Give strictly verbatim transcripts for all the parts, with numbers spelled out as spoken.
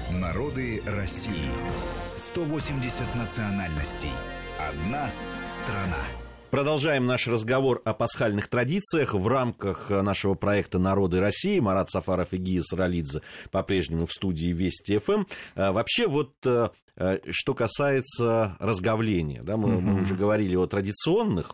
Народы России. сто восемьдесят национальностей. Одна страна. Продолжаем наш разговор о пасхальных традициях в рамках нашего проекта «Народы России». Марат Сафаров и Гия Саралидзе по-прежнему в студии Вести ФМ. Вообще, вот что касается разговления, да, мы, мы уже говорили о традиционных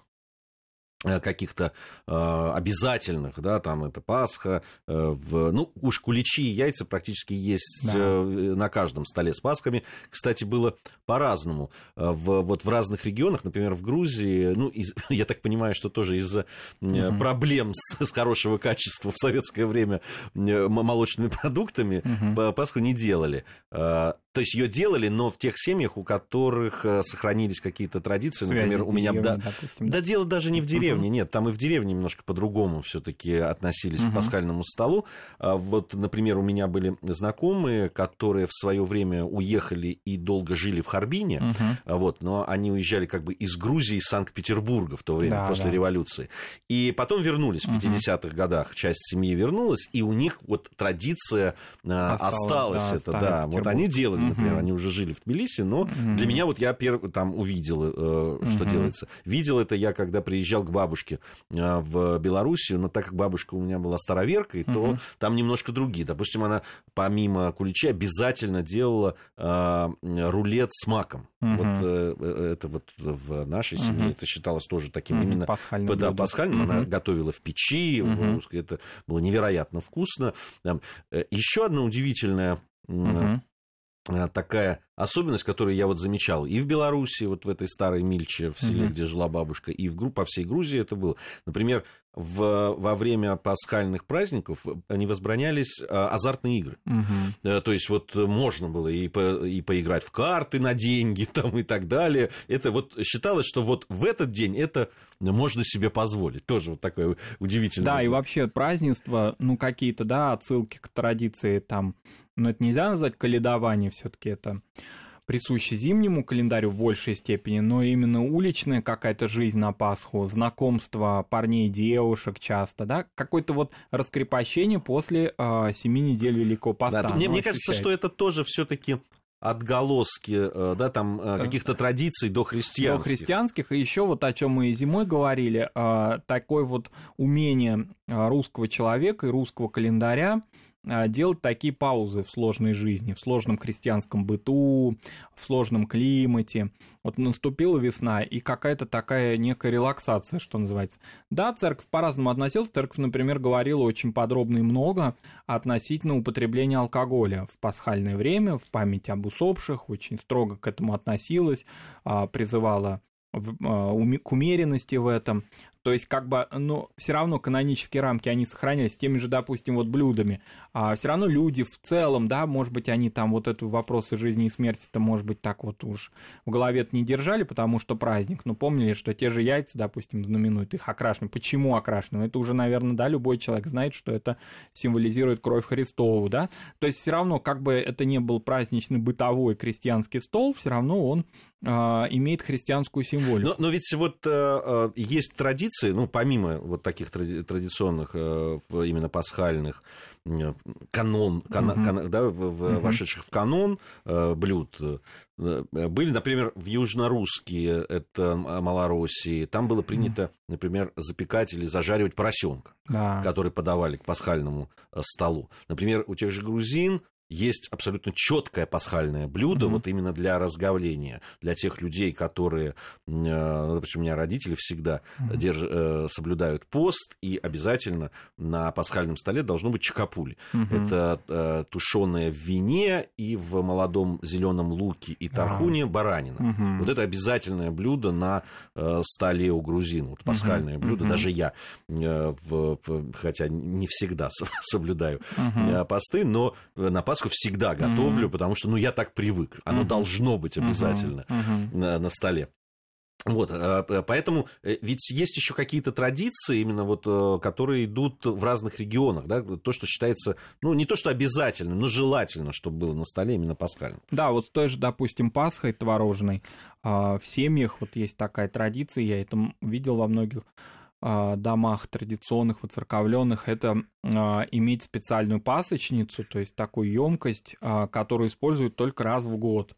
каких-то э, обязательных, да, там это Пасха, э, в, ну, уж куличи и яйца практически есть, да, э, на каждом столе с Пасхами. Кстати, было по-разному. В, вот в разных регионах, например, в Грузии, ну, из, я так понимаю, что тоже из-за uh-huh. проблем с, с хорошего качества в советское время молочными продуктами uh-huh. Пасху не делали. Э, то есть ее делали, но в тех семьях, у которых сохранились какие-то традиции, связи, например, у меня... Деревни, да, допустим, да, дело даже не в деревне. Нет, там и в деревне немножко по-другому все-таки относились uh-huh. к пасхальному столу. Вот, например, у меня были знакомые, которые в свое время уехали и долго жили в Харбине, uh-huh. вот, но они уезжали как бы из Грузии, из Санкт-Петербурга в то время, да, после да. революции. И потом вернулись в пятидесятых uh-huh. годах, часть семьи вернулась, и у них вот традиция осталась, осталась да, это, да. Вот они делали, uh-huh. например, они уже жили в Тбилиси, но uh-huh. для меня вот я первый там увидел, что uh-huh. делается. Видел это я, когда приезжал к бабушке бабушки в Белоруссию, но так как бабушка у меня была староверкой, то uh-huh. там немножко другие. Допустим, она помимо куличей обязательно делала э, рулет с маком. Uh-huh. Вот э, это вот в нашей uh-huh. семье это считалось тоже таким uh-huh. именно пасхальным. Да, пасхальным. Uh-huh. Она готовила в печи, uh-huh. в, это было невероятно вкусно. Еще одна удивительная uh-huh. такая особенность, которую я вот замечал и в Беларуси, вот в этой старой Мильче, в селе, mm-hmm. где жила бабушка, и в, по всей Грузии это было. Например, в, во время пасхальных праздников они возбранялись а, азартные игры. Mm-hmm. То есть вот можно было и, по, и поиграть в карты на деньги там, и так далее. Это вот считалось, что вот в этот день это можно себе позволить. Тоже вот такое удивительное. Да, и вообще празднества, ну какие-то, да, отсылки к традиции там, но это нельзя назвать каледование, все-таки это присуще зимнему календарю в большей степени, но именно уличная какая-то жизнь на Пасху, знакомство парней и девушек часто, да, какое-то вот раскрепощение после э, семи недель Великого Поста. Да, мне, мне кажется, что это тоже все-таки отголоски, да, там каких-то традиций дохристианских. Дохристианских, и еще вот о чем мы и зимой говорили, такое вот умение русского человека и русского календаря делать такие паузы в сложной жизни, в сложном крестьянском быту, в сложном климате. Вот наступила весна, и какая-то такая некая релаксация, что называется. Да, церковь по-разному относилась. Церковь, например, говорила очень подробно и много относительно употребления алкоголя в пасхальное время, в память об усопших, очень строго к этому относилась, призывала к умеренности в этом. То есть, как бы, ну, все равно канонические рамки, они сохранялись теми же, допустим, вот блюдами. А все равно люди в целом, да, может быть, они там вот это вопросы жизни и смерти-то, может быть, так вот уж в голове-то не держали, потому что праздник. Но помнили, что те же яйца, допустим, знаменуют их окрашены. Почему окрашены? Это уже, наверное, да, любой человек знает, что это символизирует кровь Христову, да. То есть, все равно, как бы это ни был праздничный бытовой крестьянский стол, все равно он э, имеет христианскую символику. Но, но ведь вот э, есть традиция, ну, помимо вот таких традиционных, именно пасхальных, канон, кан, uh-huh. кан, да, uh-huh. вошедших в канон блюд, были, например, в Южно-Русские, это Малороссии, там было принято, например, запекать или зажаривать поросенка, uh-huh. который подавали к пасхальному столу. Например, у тех же грузин есть абсолютно четкое пасхальное блюдо, mm-hmm. вот именно для разговления, для тех людей, которые, допустим, у меня родители всегда mm-hmm. держ, соблюдают пост, и обязательно на пасхальном столе должно быть чакапули. Mm-hmm. Это тушеное в вине и в молодом зеленом луке и тархуне mm-hmm. баранина. Mm-hmm. Вот это обязательное блюдо на столе у грузин, вот пасхальное mm-hmm. блюдо. Mm-hmm. Даже я, в, хотя не всегда соблюдаю mm-hmm. посты, но на Пасху всегда готовлю, mm-hmm. потому что, ну, я так привык. Оно mm-hmm. должно быть обязательно mm-hmm. на, на столе. Вот, поэтому ведь есть еще какие-то традиции, именно вот, которые идут в разных регионах, да, то, что считается, ну, не то, что обязательно, но желательно, чтобы было на столе именно пасхальным. Да, вот с той же, допустим, Пасхой творожной в семьях вот есть такая традиция, я это видел во многих домах традиционных, воцерковленных, это иметь специальную пасочницу, то есть такую емкость, которую используют только раз в год.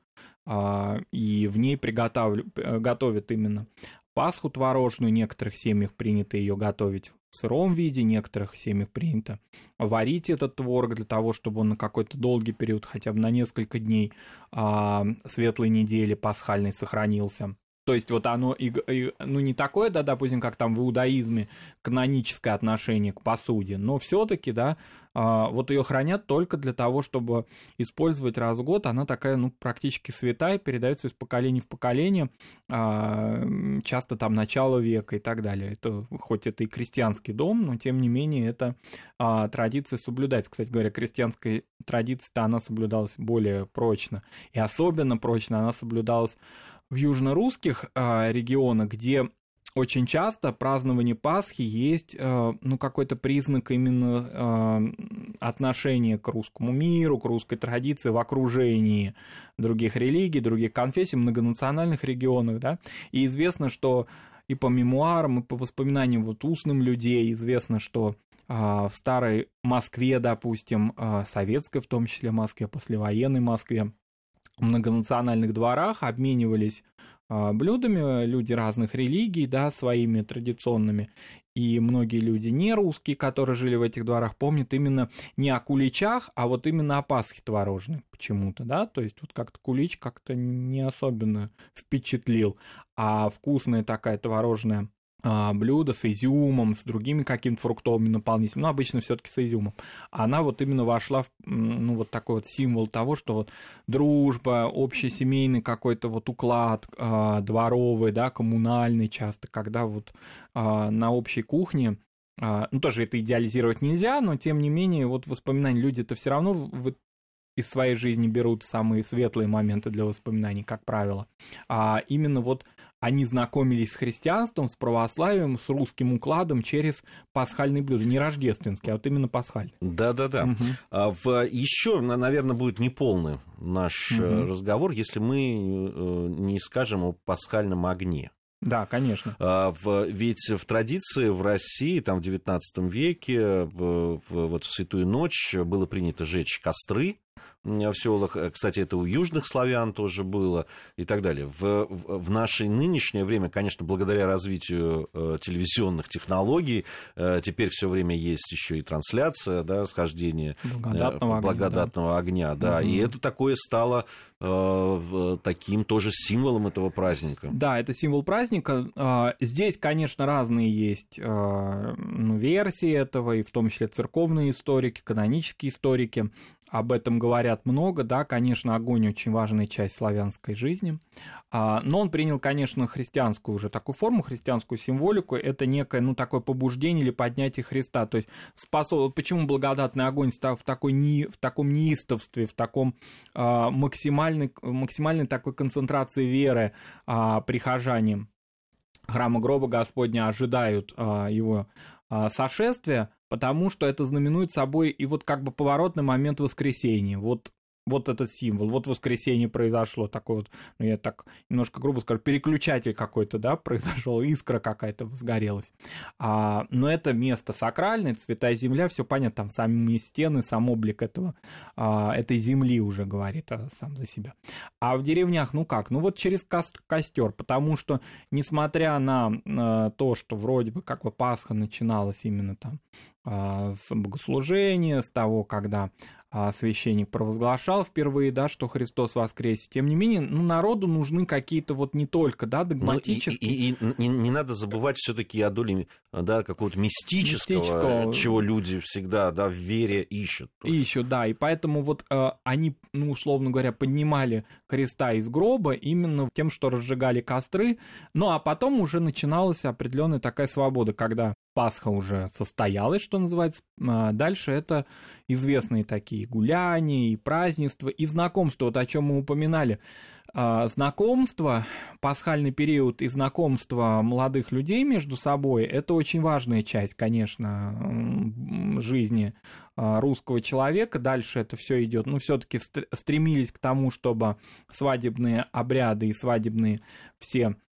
И в ней приготовлю, готовят именно Пасху творожную, в некоторых семьях принято ее готовить в сыром виде, в некоторых семьях принято варить этот творог для того, чтобы он на какой-то долгий период, хотя бы на несколько дней светлой недели пасхальной сохранился. То есть вот оно, и, и, ну не такое, да, допустим, как там в иудаизме каноническое отношение к посуде, но все-таки, да, вот ее хранят только для того, чтобы использовать раз в год. Она такая, ну, практически святая, передается из поколения в поколение, часто там начало века и так далее. Это, хоть это и крестьянский дом, но тем не менее эта традиция соблюдается. Кстати говоря, крестьянская традиция-то она соблюдалась более прочно. И особенно прочно она соблюдалась в южно-русских э, регионах, где очень часто празднование Пасхи есть э, ну, какой-то признак именно э, отношения к русскому миру, к русской традиции в окружении других религий, других конфессий, многонациональных регионах, да, и известно, что и по мемуарам, и по воспоминаниям вот устным людей известно, что э, в старой Москве, допустим, э, советской в том числе Москве, послевоенной Москве, в многонациональных дворах обменивались а, блюдами люди разных религий, да, своими традиционными, и многие люди не русские, которые жили в этих дворах, помнят именно не о куличах, а вот именно о Пасхе творожной почему-то, да, то есть вот как-то кулич как-то не особенно впечатлил, а вкусная такая творожная блюдо с изюмом, с другими какими-то фруктовыми наполнителями, ну, обычно все-таки с изюмом, она вот именно вошла в, ну, вот такой вот символ того, что вот дружба, общесемейный какой-то вот уклад, э, дворовый, да, коммунальный часто, когда вот э, на общей кухне, э, ну, тоже это идеализировать нельзя, но тем не менее, вот воспоминания люди-то все равно в, из своей жизни берут самые светлые моменты для воспоминаний, как правило, а именно вот они знакомились с христианством, с православием, с русским укладом через пасхальные блюда. Не рождественские, а вот именно пасхальные. Да-да-да. Угу. А в... Еще, наверное, будет неполный наш угу. разговор, если мы не скажем о пасхальном огне. Да, конечно. Ведь в традиции в России, там в девятнадцатом веке, в, вот в Святую Ночь было принято жечь костры в селах. Кстати, это у южных славян тоже было и так далее. В, в наше нынешнее время, конечно, благодаря развитию э, телевизионных технологий, э, теперь все время есть еще и трансляция, да, схождение благодатного, э, благодатного огня. огня да, угу. И это такое стало э, таким тоже символом этого праздника. Да, это символ праздника. Здесь, конечно, разные есть э, ну, версии этого, и в том числе церковные историки, канонические историки. Об этом говорят много, да, конечно, огонь очень важная часть славянской жизни, но он принял, конечно, христианскую уже такую форму, христианскую символику, это некое, ну, такое побуждение или поднятие Христа, то есть способ... почему благодатный огонь в, такой не... в таком неистовстве, в таком максимальной, максимальной такой концентрации веры прихожане храма гроба Господня ожидают его сошествия, потому что это знаменует собой и вот как бы поворотный момент воскресения. Вот, вот этот символ, вот воскресенье произошло, такой вот, ну я так немножко грубо скажу, переключатель какой-то, да, произошел, искра какая-то возгорелась. А, но это место сакральное, это святая земля, все понятно, там сами стены, сам облик этого, а, этой земли уже говорит а, сам за себя. А в деревнях, ну как, ну вот через костер, потому что, несмотря на а, то, что вроде бы как бы Пасха начиналась именно там с богослужения, с того, когда священник провозглашал впервые, да, что Христос воскресе. Тем не менее, ну, народу нужны какие-то вот не только, да, догматические... Ну, и, и, и не, не надо забывать все-таки о доле, да, какого-то мистического, мистического, чего люди всегда, да, в вере ищут. Тоже. Ищут, да, и поэтому вот э, они, ну, условно говоря, поднимали Христа из гроба именно тем, что разжигали костры, ну, а потом уже начиналась определенная такая свобода, когда Пасха уже состоялась, что называется. Дальше это известные такие гуляния и празднества, и знакомства, вот о чем мы упоминали. Знакомство, пасхальный период и знакомство молодых людей между собой – это очень важная часть, конечно, жизни русского человека. Дальше это все идет. Ну, все-таки стремились к тому, чтобы свадебные обряды и свадебные все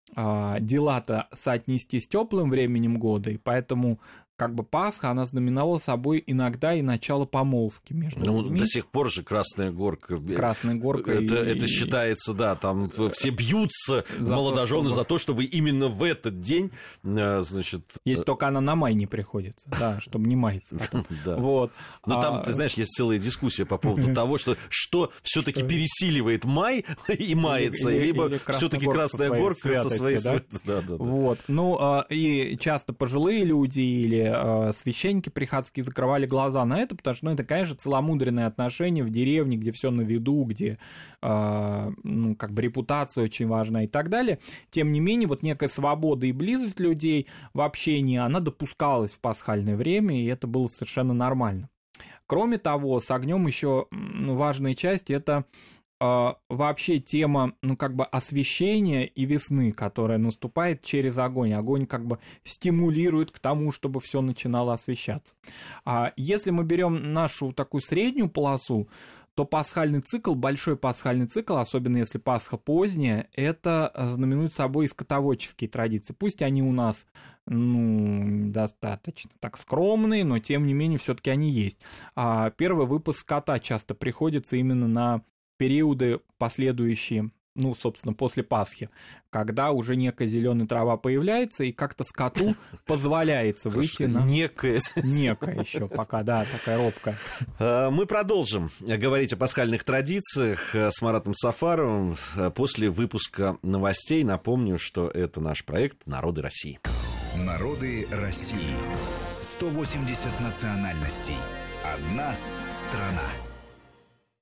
дела-то соотнести с теплым временем года, и поэтому как бы Пасха, она знаменовала собой иногда и начало помолвки между ну, людьми. До сих пор же Красная Горка. Красная Горка. Это, и... это считается, да, там все бьются за молодожены то, чтобы... за то, чтобы именно в этот день, значит... Если только она на май не приходится, да, чтобы не маяться потом. Вот. Но там, ты знаешь, есть целая дискуссия по поводу того, что что все-таки пересиливает май и мается, либо все-таки Красная Горка со своей... Вот. Ну, и часто пожилые люди или священники приходские закрывали глаза на это, потому что, ну, это, конечно, целомудренные отношения в деревне, где все на виду, где, э, ну, как бы репутация очень важна и так далее. Тем не менее, вот некая свобода и близость людей в общении, она допускалась в пасхальное время, и это было совершенно нормально. Кроме того, с огнем еще важная часть — это вообще тема, ну, как бы освещения и весны, которая наступает через огонь. Огонь как бы стимулирует к тому, чтобы все начинало освещаться. А если мы берем нашу такую среднюю полосу, то пасхальный цикл, большой пасхальный цикл, особенно если Пасха поздняя, это знаменует собой скотоводческие традиции. Пусть они у нас, ну, достаточно так скромные, но тем не менее все-таки они есть. А первый выпуск скота часто приходится именно на периоды последующие, ну, собственно, после Пасхи, когда уже некая зеленая трава появляется, и как-то скоту позволяется выйти на... Некая. Некая еще пока, да, такая робкая. Мы продолжим говорить о пасхальных традициях с Маратом Сафаровым после выпуска новостей. Напомню, что это наш проект «Народы России». Народы России. сто восемьдесят национальностей. Одна страна.